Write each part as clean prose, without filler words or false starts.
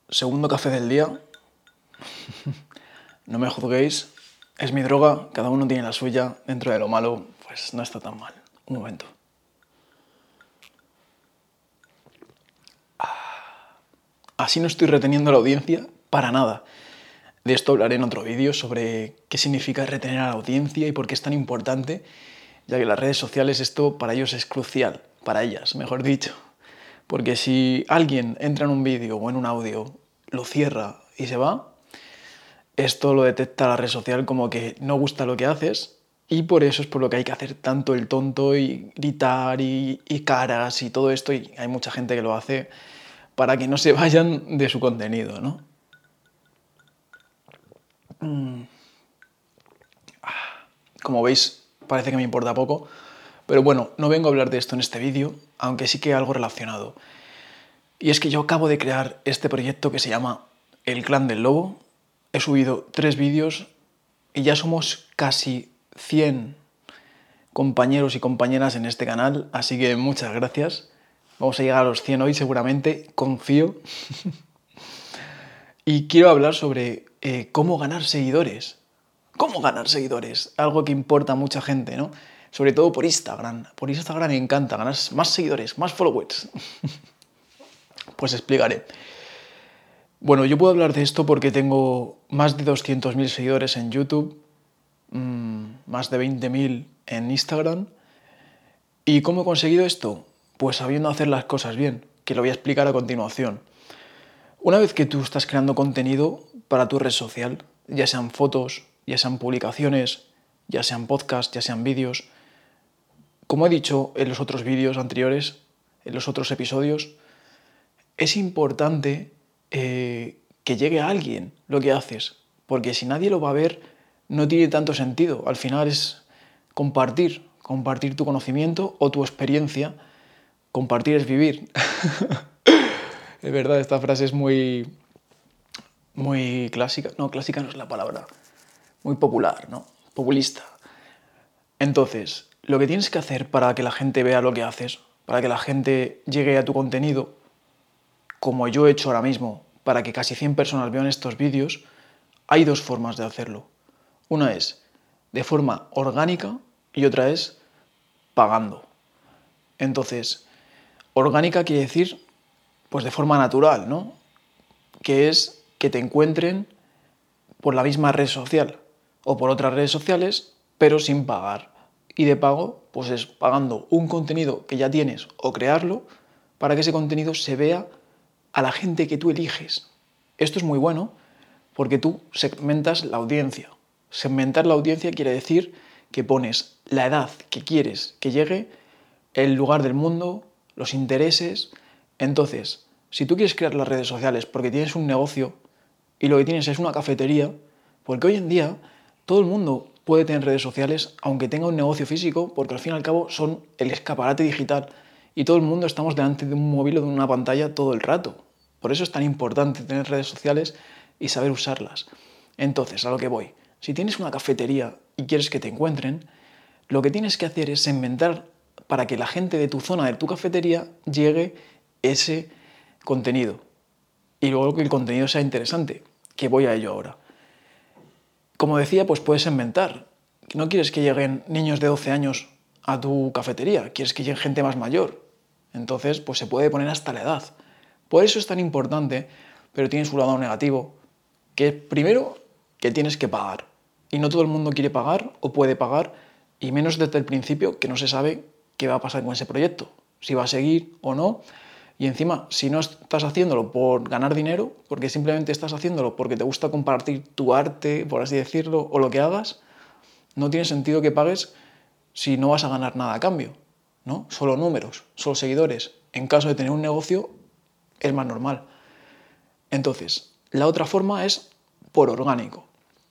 Segundo café del día. No me juzguéis. Es mi droga, cada uno tiene la suya. Dentro de lo malo, pues no está tan mal. Un momento. Así no estoy reteniendo a la audiencia para nada. De esto hablaré en otro vídeo sobre qué significa retener a la audiencia y por qué es tan importante, ya que las redes sociales esto para ellos es crucial, para ellas, mejor dicho. Porque si alguien entra en un vídeo o en un audio, lo cierra y se va, esto lo detecta la red social como que no gusta lo que haces y por eso es por lo que hay que hacer tanto el tonto y gritar y caras y todo esto, y hay mucha gente que lo hace para que no se vayan de su contenido, ¿no? Como veis, parece que me importa poco, pero bueno, no vengo a hablar de esto en este vídeo, aunque sí que algo relacionado. Y es que yo acabo de crear este proyecto que se llama El Clan del Lobo. He subido 3 vídeos y ya somos casi 100 compañeros y compañeras en este canal, así que muchas gracias. Vamos a llegar a los 100 hoy seguramente, confío. Y quiero hablar sobre cómo ganar seguidores. ¿Cómo ganar seguidores? Algo que importa a mucha gente, ¿no? Sobre todo por Instagram. Por Instagram me encanta ganar más seguidores, más followers. Pues explicaré. Bueno, yo puedo hablar de esto porque tengo más de 200.000 seguidores en YouTube, más de 20.000 en Instagram. ¿Y cómo he conseguido esto? Pues sabiendo hacer las cosas bien, que lo voy a explicar a continuación. Una vez que tú estás creando contenido para tu red social, ya sean fotos, ya sean publicaciones, ya sean podcasts, ya sean vídeos, como he dicho en los otros vídeos anteriores, en los otros episodios, es importante que llegue a alguien lo que haces, porque si nadie lo va a ver, no tiene tanto sentido. Al final es compartir tu conocimiento o tu experiencia. Compartir es vivir. Es verdad, esta frase es muy clásica. No, clásica no es la palabra. Muy popular, ¿no? Populista. Entonces, lo que tienes que hacer para que la gente vea lo que haces, para que la gente llegue a tu contenido, como yo he hecho ahora mismo, para que casi 100 personas vean estos vídeos, hay 2 formas de hacerlo. Una es de forma orgánica y otra es pagando. Entonces, orgánica quiere decir, pues de forma natural, ¿no? Que es que te encuentren por la misma red social o por otras redes sociales, pero sin pagar. Y de pago, pues es pagando un contenido que ya tienes o crearlo para que ese contenido se vea a la gente que tú eliges. Esto es muy bueno porque tú segmentas la audiencia. Segmentar la audiencia quiere decir que pones la edad que quieres que llegue, el lugar del mundo, los intereses. Entonces, si tú quieres crear las redes sociales porque tienes un negocio y lo que tienes es una cafetería, porque hoy en día todo el mundo puede tener redes sociales aunque tenga un negocio físico, porque al fin y al cabo son el escaparate digital y todo el mundo estamos delante de un móvil o de una pantalla todo el rato. Por eso es tan importante tener redes sociales y saber usarlas. Entonces, a lo que voy. Si tienes una cafetería y quieres que te encuentren, lo que tienes que hacer es inventar para que la gente de tu zona, de tu cafetería, llegue ese contenido. Y luego que el contenido sea interesante, que voy a ello ahora. Como decía, pues puedes inventar. No quieres que lleguen niños de 12 años a tu cafetería, quieres que llegue gente más mayor. Entonces, pues se puede poner hasta la edad. Por eso es tan importante, pero tiene su lado negativo, que es primero que tienes que pagar. Y no todo el mundo quiere pagar o puede pagar, y menos desde el principio que no se sabe qué va a pasar con ese proyecto, si va a seguir o no. Y encima, si no estás haciéndolo por ganar dinero, porque simplemente estás haciéndolo porque te gusta compartir tu arte, por así decirlo, o lo que hagas, no tiene sentido que pagues si no vas a ganar nada a cambio, ¿no? Solo números, solo seguidores. En caso de tener un negocio, es más normal. Entonces, la otra forma es por orgánico.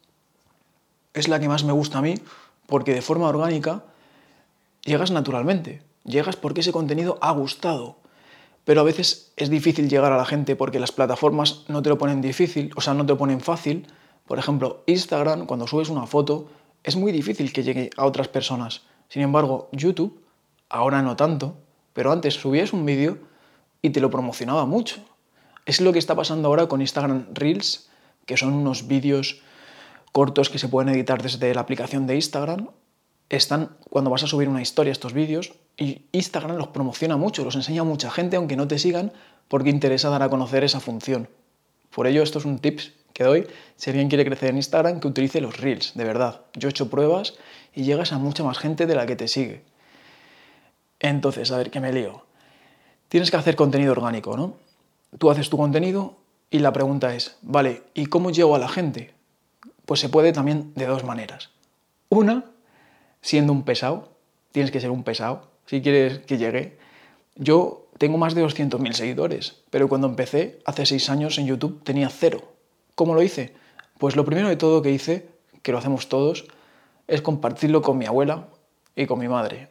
Es la que más me gusta a mí, porque de forma orgánica llegas naturalmente. Llegas porque ese contenido ha gustado. Pero a veces es difícil llegar a la gente porque las plataformas no te lo ponen difícil, o sea, no te lo ponen fácil. Por ejemplo, Instagram, cuando subes una foto, es muy difícil que llegue a otras personas. Sin embargo, YouTube, ahora no tanto, pero antes subías un vídeo y te lo promocionaba mucho. Es lo que está pasando ahora con Instagram Reels, que son unos vídeos cortos que se pueden editar desde la aplicación de Instagram. Están cuando vas a subir una historia estos vídeos y Instagram los promociona mucho, los enseña a mucha gente aunque no te sigan porque interesa dar a conocer esa función. Por ello, esto es un tip que doy si alguien quiere crecer en Instagram, que utilice los Reels, de verdad. Yo he hecho pruebas y llegas a mucha más gente de la que te sigue. Entonces, a ver, que me lío. Tienes que hacer contenido orgánico, ¿no? Tú haces tu contenido y la pregunta es, vale, ¿y cómo llego a la gente? Pues se puede también de dos maneras. Una, siendo un pesado, tienes que ser un pesado si quieres que llegue. Yo tengo más de 200.000 seguidores, pero cuando empecé, hace 6 años en YouTube, tenía 0. ¿Cómo lo hice? Pues lo primero de todo que hice, que lo hacemos todos, es compartirlo con mi abuela y con mi madre.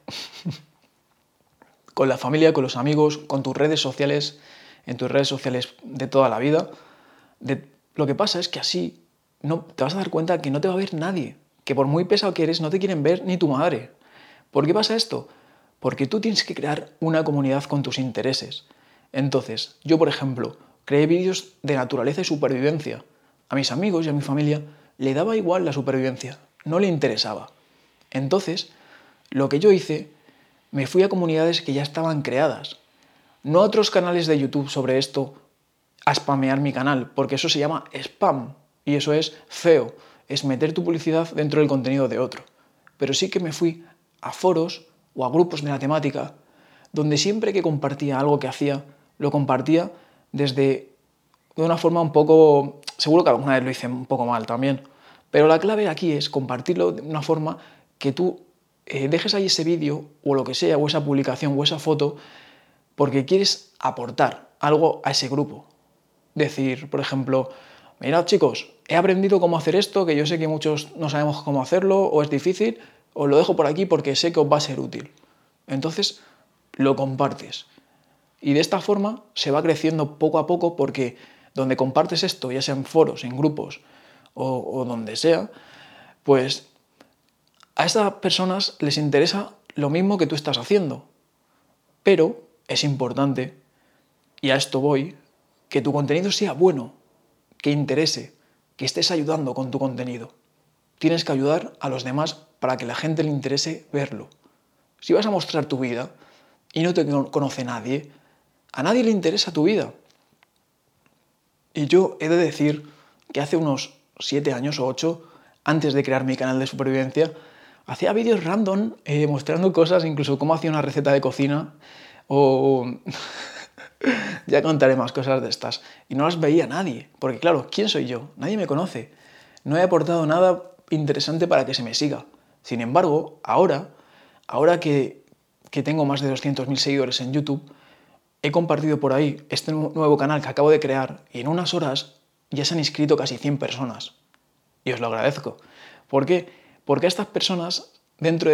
Con la familia, con los amigos, con tus redes sociales, en tus redes sociales de toda la vida. Lo que pasa es que así no, te vas a dar cuenta que no te va a ver nadie, que por muy pesado que eres no te quieren ver ni tu madre. ¿Por qué pasa esto? Porque tú tienes que crear una comunidad con tus intereses. Entonces, yo por ejemplo, creé vídeos de naturaleza y supervivencia. A mis amigos y a mi familia le daba igual la supervivencia, no le interesaba. Entonces, lo que yo hice, me fui a comunidades que ya estaban creadas, no a otros canales de YouTube sobre esto, a spamear mi canal, porque eso se llama spam y eso es feo, es meter tu publicidad dentro del contenido de otro. Pero sí que me fui a foros o a grupos de la temática donde siempre que compartía algo que hacía, lo compartía de una forma un poco... Seguro que alguna vez lo hice un poco mal también, pero la clave aquí es compartirlo de una forma que tú dejes ahí ese vídeo o lo que sea, o esa publicación o esa foto, porque quieres aportar algo a ese grupo. Decir, por ejemplo, mirad chicos, he aprendido cómo hacer esto, que yo sé que muchos no sabemos cómo hacerlo o es difícil, os lo dejo por aquí porque sé que os va a ser útil. Entonces, lo compartes. Y de esta forma se va creciendo poco a poco porque donde compartes esto, ya sea en foros, en grupos o donde sea, pues a estas personas les interesa lo mismo que tú estás haciendo. Pero es importante, y a esto voy, que tu contenido sea bueno, que interese, que estés ayudando con tu contenido. Tienes que ayudar a los demás para que la gente le interese verlo. Si vas a mostrar tu vida y no te conoce nadie, a nadie le interesa tu vida. Y yo he de decir que hace unos 7 años o 8, antes de crear mi canal de supervivencia, hacía vídeos random mostrando cosas, incluso cómo hacía una receta de cocina o... Ya contaré más cosas de estas. Y no las veía nadie, porque claro, ¿quién soy yo? Nadie me conoce. No he aportado nada interesante para que se me siga. Sin embargo, ahora que tengo más de 200.000 seguidores en YouTube, he compartido por ahí este nuevo canal que acabo de crear y en unas horas ya se han inscrito casi 100 personas. Y os lo agradezco. ¿Por qué? Porque a estas personas, dentro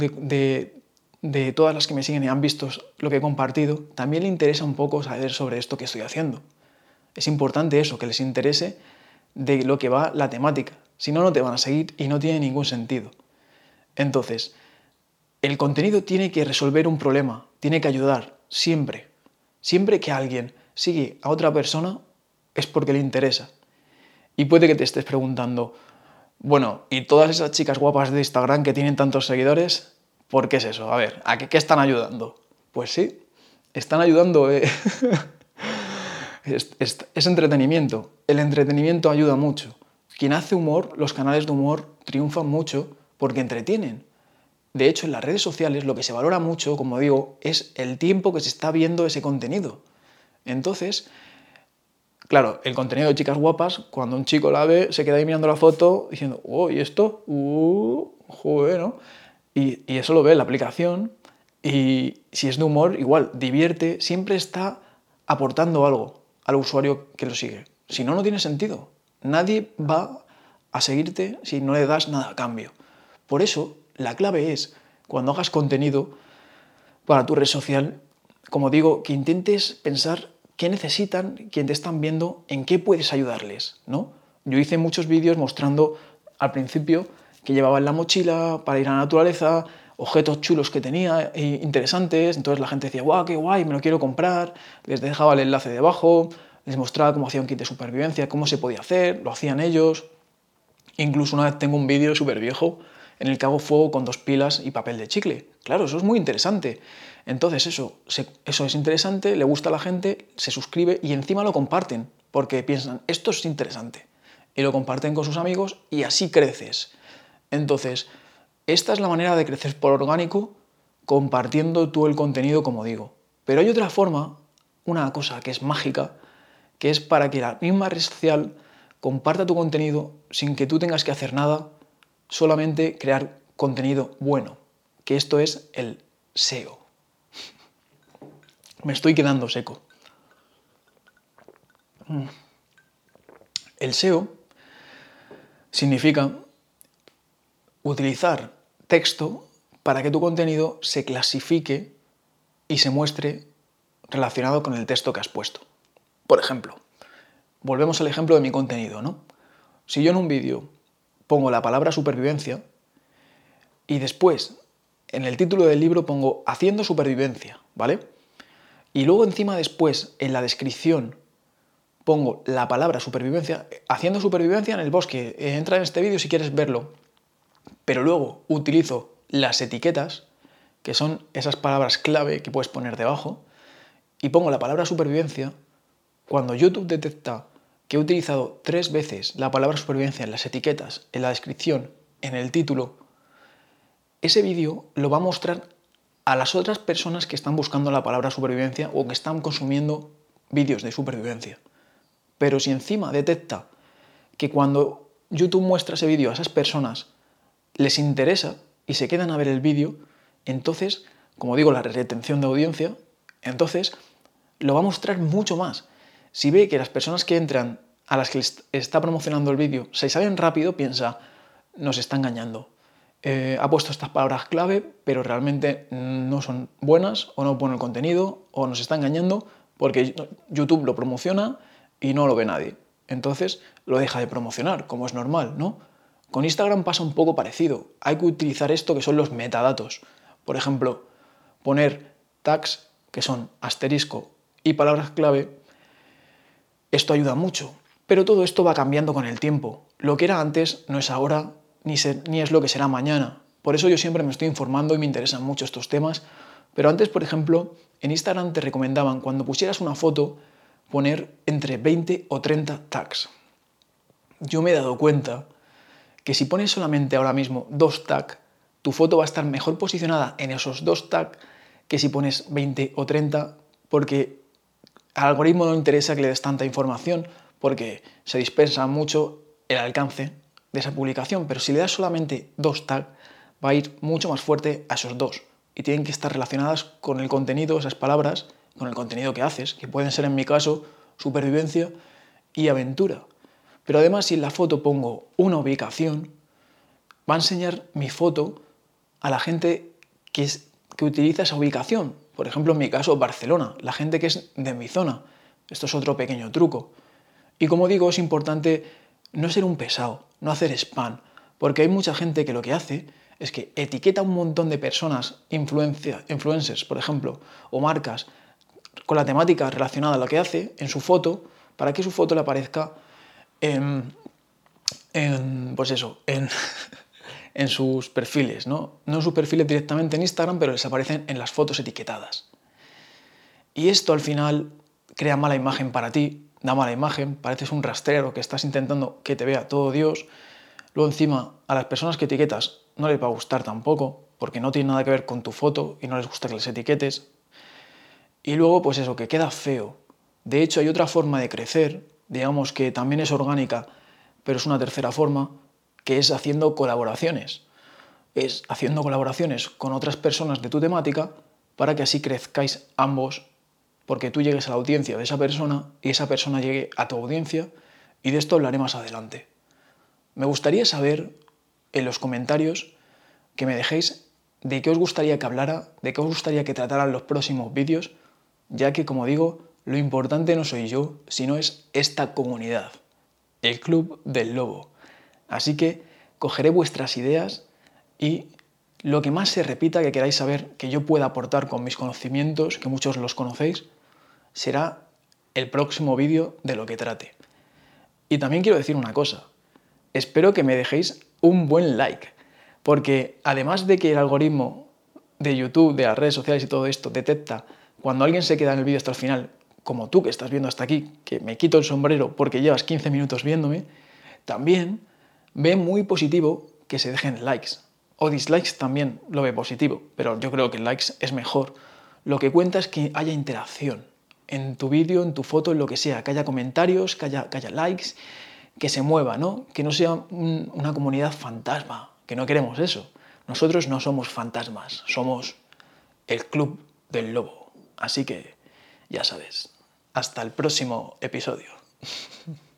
de todas las que me siguen y han visto lo que he compartido, también le interesa un poco saber sobre esto que estoy haciendo. Es importante eso, que les interese de lo que va la temática. Si no, no te van a seguir y no tiene ningún sentido. Entonces, el contenido tiene que resolver un problema, tiene que ayudar, siempre. Siempre que alguien sigue a otra persona es porque le interesa. Y puede que te estés preguntando, bueno, ¿y todas esas chicas guapas de Instagram que tienen tantos seguidores? ¿Por qué es eso? A ver, ¿a qué están ayudando? Pues sí, están ayudando. Es entretenimiento. El entretenimiento ayuda mucho. Quien hace humor, los canales de humor triunfan mucho porque entretienen. De hecho, en las redes sociales lo que se valora mucho, como digo, es el tiempo que se está viendo ese contenido. Entonces, claro, el contenido de chicas guapas, cuando un chico la ve, se queda ahí mirando la foto diciendo, oh, ¿y esto? Joder, ¿no? Y eso lo ve en la aplicación y si es de humor, igual, divierte, siempre está aportando algo al usuario que lo sigue. Si no, no tiene sentido. Nadie va a seguirte si no le das nada a cambio. Por eso, la clave es, cuando hagas contenido para tu red social, como digo, que intentes pensar qué necesitan, quién te están viendo, en qué puedes ayudarles, ¿no? Yo hice muchos vídeos mostrando al principio que llevaba en la mochila para ir a la naturaleza, objetos chulos que tenía, interesantes, entonces la gente decía, guau, qué guay, me lo quiero comprar, les dejaba el enlace debajo, les mostraba cómo hacía un kit de supervivencia, cómo se podía hacer, lo hacían ellos. Incluso una vez tengo un vídeo súper viejo en el que hago fuego con 2 pilas y papel de chicle. Claro, eso es muy interesante. Entonces eso es interesante, le gusta a la gente, se suscribe y encima lo comparten, porque piensan, esto es interesante. Y lo comparten con sus amigos y así creces. Entonces, esta es la manera de crecer por orgánico, compartiendo tú el contenido, como digo. Pero hay otra forma, una cosa que es mágica, que es para que la misma red social comparta tu contenido sin que tú tengas que hacer nada, solamente crear contenido bueno, que esto es el SEO. Me estoy quedando seco. El SEO significa utilizar texto para que tu contenido se clasifique y se muestre relacionado con el texto que has puesto. Por ejemplo, volvemos al ejemplo de mi contenido, ¿no? Si yo en un vídeo pongo la palabra supervivencia y después en el título del libro pongo haciendo supervivencia, ¿vale? Y luego encima después en la descripción pongo la palabra supervivencia, haciendo supervivencia en el bosque, entra en este vídeo si quieres verlo, pero luego utilizo las etiquetas, que son esas palabras clave que puedes poner debajo, y pongo la palabra supervivencia. Cuando YouTube detecta que he utilizado 3 veces la palabra supervivencia en las etiquetas, en la descripción, en el título, ese vídeo lo va a mostrar a las otras personas que están buscando la palabra supervivencia o que están consumiendo vídeos de supervivencia. Pero si encima detecta que cuando YouTube muestra ese vídeo a esas personas les interesa y se quedan a ver el vídeo, entonces, como digo, la retención de audiencia, entonces lo va a mostrar mucho más. Si ve que las personas que entran a las que les está promocionando el vídeo se salen rápido, piensa, nos está engañando. Ha puesto estas palabras clave, pero realmente no son buenas, o no pone el contenido, o nos está engañando porque YouTube lo promociona y no lo ve nadie. Entonces lo deja de promocionar, como es normal, ¿no? Con Instagram pasa un poco parecido. Hay que utilizar esto que son los metadatos. Por ejemplo, poner tags, que son asterisco y palabras clave. Esto ayuda mucho. Pero todo esto va cambiando con el tiempo. Lo que era antes no es ahora, ni es lo que será mañana. Por eso yo siempre me estoy informando y me interesan mucho estos temas. Pero antes, por ejemplo, en Instagram te recomendaban cuando pusieras una foto poner entre 20 o 30 tags. Yo me he dado cuenta que si pones solamente ahora mismo 2 tags, tu foto va a estar mejor posicionada en esos 2 tags que si pones 20 o 30, porque al algoritmo no le interesa que le des tanta información porque se dispersa mucho el alcance de esa publicación, pero si le das solamente 2 tags, va a ir mucho más fuerte a esos 2 y tienen que estar relacionadas con el contenido, esas palabras, con el contenido que haces, que pueden ser en mi caso supervivencia y aventura. Pero además si en la foto pongo una ubicación, va a enseñar mi foto a la gente que utiliza esa ubicación. Por ejemplo, en mi caso, Barcelona, la gente que es de mi zona. Esto es otro pequeño truco. Y como digo, es importante no ser un pesado, no hacer spam, porque hay mucha gente que lo que hace es que etiqueta a un montón de personas, influencers, por ejemplo, o marcas, con la temática relacionada a lo que hace en su foto, para que su foto le aparezca pues eso, en sus perfiles, ¿no? No en sus perfiles directamente en Instagram, pero les aparecen en las fotos etiquetadas. Y esto al final crea mala imagen para ti, da mala imagen, pareces un rastrero que estás intentando que te vea todo Dios. Luego encima a las personas que etiquetas no les va a gustar tampoco, porque no tiene nada que ver con tu foto y no les gusta que les etiquetes. Y luego pues eso, que queda feo. De hecho hay otra forma de crecer, digamos que también es orgánica, pero es una tercera forma, que es haciendo colaboraciones. Es haciendo colaboraciones con otras personas de tu temática para que así crezcáis ambos, porque tú llegues a la audiencia de esa persona y esa persona llegue a tu audiencia, y de esto hablaré más adelante. Me gustaría saber en los comentarios que me dejéis de qué os gustaría que hablara, de qué os gustaría que trataran los próximos vídeos, ya que, como digo, lo importante no soy yo, sino es esta comunidad, el Club del Lobo. Así que cogeré vuestras ideas y lo que más se repita que queráis saber que yo pueda aportar con mis conocimientos, que muchos los conocéis, será el próximo vídeo de lo que trate. Y también quiero decir una cosa, espero que me dejéis un buen like, porque además de que el algoritmo de YouTube, de las redes sociales y todo esto detecta cuando alguien se queda en el vídeo hasta el final, como tú que estás viendo hasta aquí, que me quito el sombrero porque llevas 15 minutos viéndome, también ve muy positivo que se dejen likes. O dislikes también lo ve positivo, pero yo creo que likes es mejor. Lo que cuenta es que haya interacción en tu vídeo, en tu foto, en lo que sea, que haya comentarios, que haya likes, que se mueva, ¿no? Que no sea una comunidad fantasma, que no queremos eso. Nosotros no somos fantasmas, somos el club del lobo. Así que, ya sabes, hasta el próximo episodio.